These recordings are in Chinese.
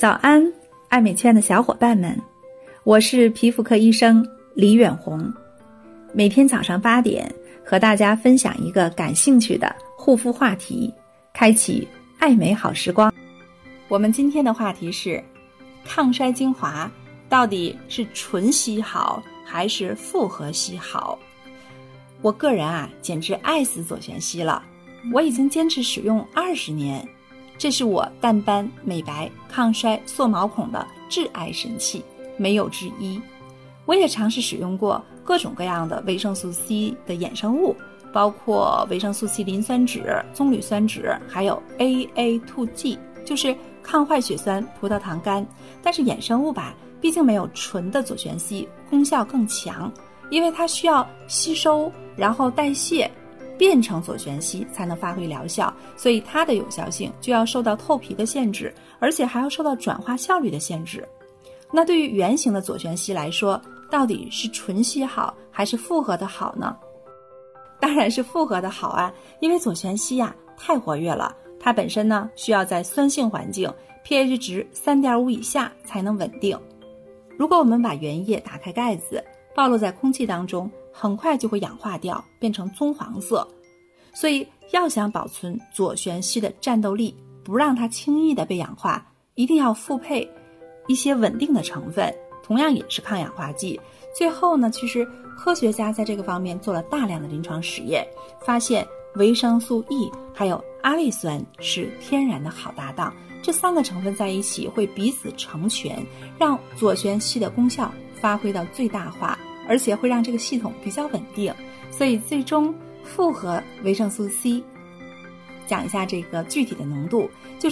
早安，爱美圈的小伙伴们，我是皮肤科医生李远红。每天早上8点和大家分享一个感兴趣的护肤话题，开启爱美好时光。我们今天的话题是抗衰精华到底是纯硒好还是复合硒好？我个人简直爱死左旋硒了，我已经坚持使用20年，这是我淡斑、美白、抗衰、缩毛孔的挚爱神器，没有之一。我也尝试使用过各种各样的维生素 C 的衍生物，包括维生素 C 磷酸酯、棕榈酸酯，还有 AA2G， 就是抗坏血酸葡萄糖苷。但是衍生物毕竟没有纯的左旋硒功效更强，因为它需要吸收然后代谢变成左旋硒才能发挥疗效，所以它的有效性就要受到透皮的限制，而且还要受到转化效率的限制。那对于原型的左旋硒来说，到底是纯硒好还是复合的好呢？当然是复合的好因为左旋硒太活跃了，它本身呢需要在酸性环境 pH 值 3.5 以下才能稳定。如果我们把原液打开盖子，暴露在空气当中，很快就会氧化掉，变成棕黄色。所以要想保存左旋硒的战斗力，不让它轻易的被氧化，一定要复配一些稳定的成分，同样也是抗氧化剂。最后呢，其实科学家在这个方面做了大量的临床实验，发现维生素 E 还有阿魏酸是天然的好搭档，这3个成分在一起会彼此成全，让左旋硒的功效发挥到最大化，而且会让这个系统比较稳定。所以最终复合维生素 C， 讲一下这个具体的浓度，就是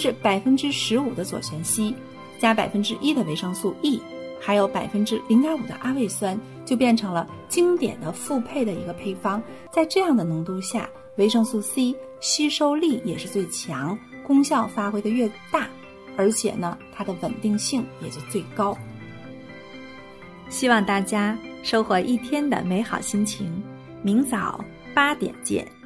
15% 的左旋硒加 1% 的维生素 E， 还有 0.5% 的阿魏酸，就变成了经典的复配的一个配方。在这样的浓度下，维生素 C 吸收力也是最强，功效发挥的越大，而且呢它的稳定性也就最高。希望大家收获一天的美好心情，明早8点见。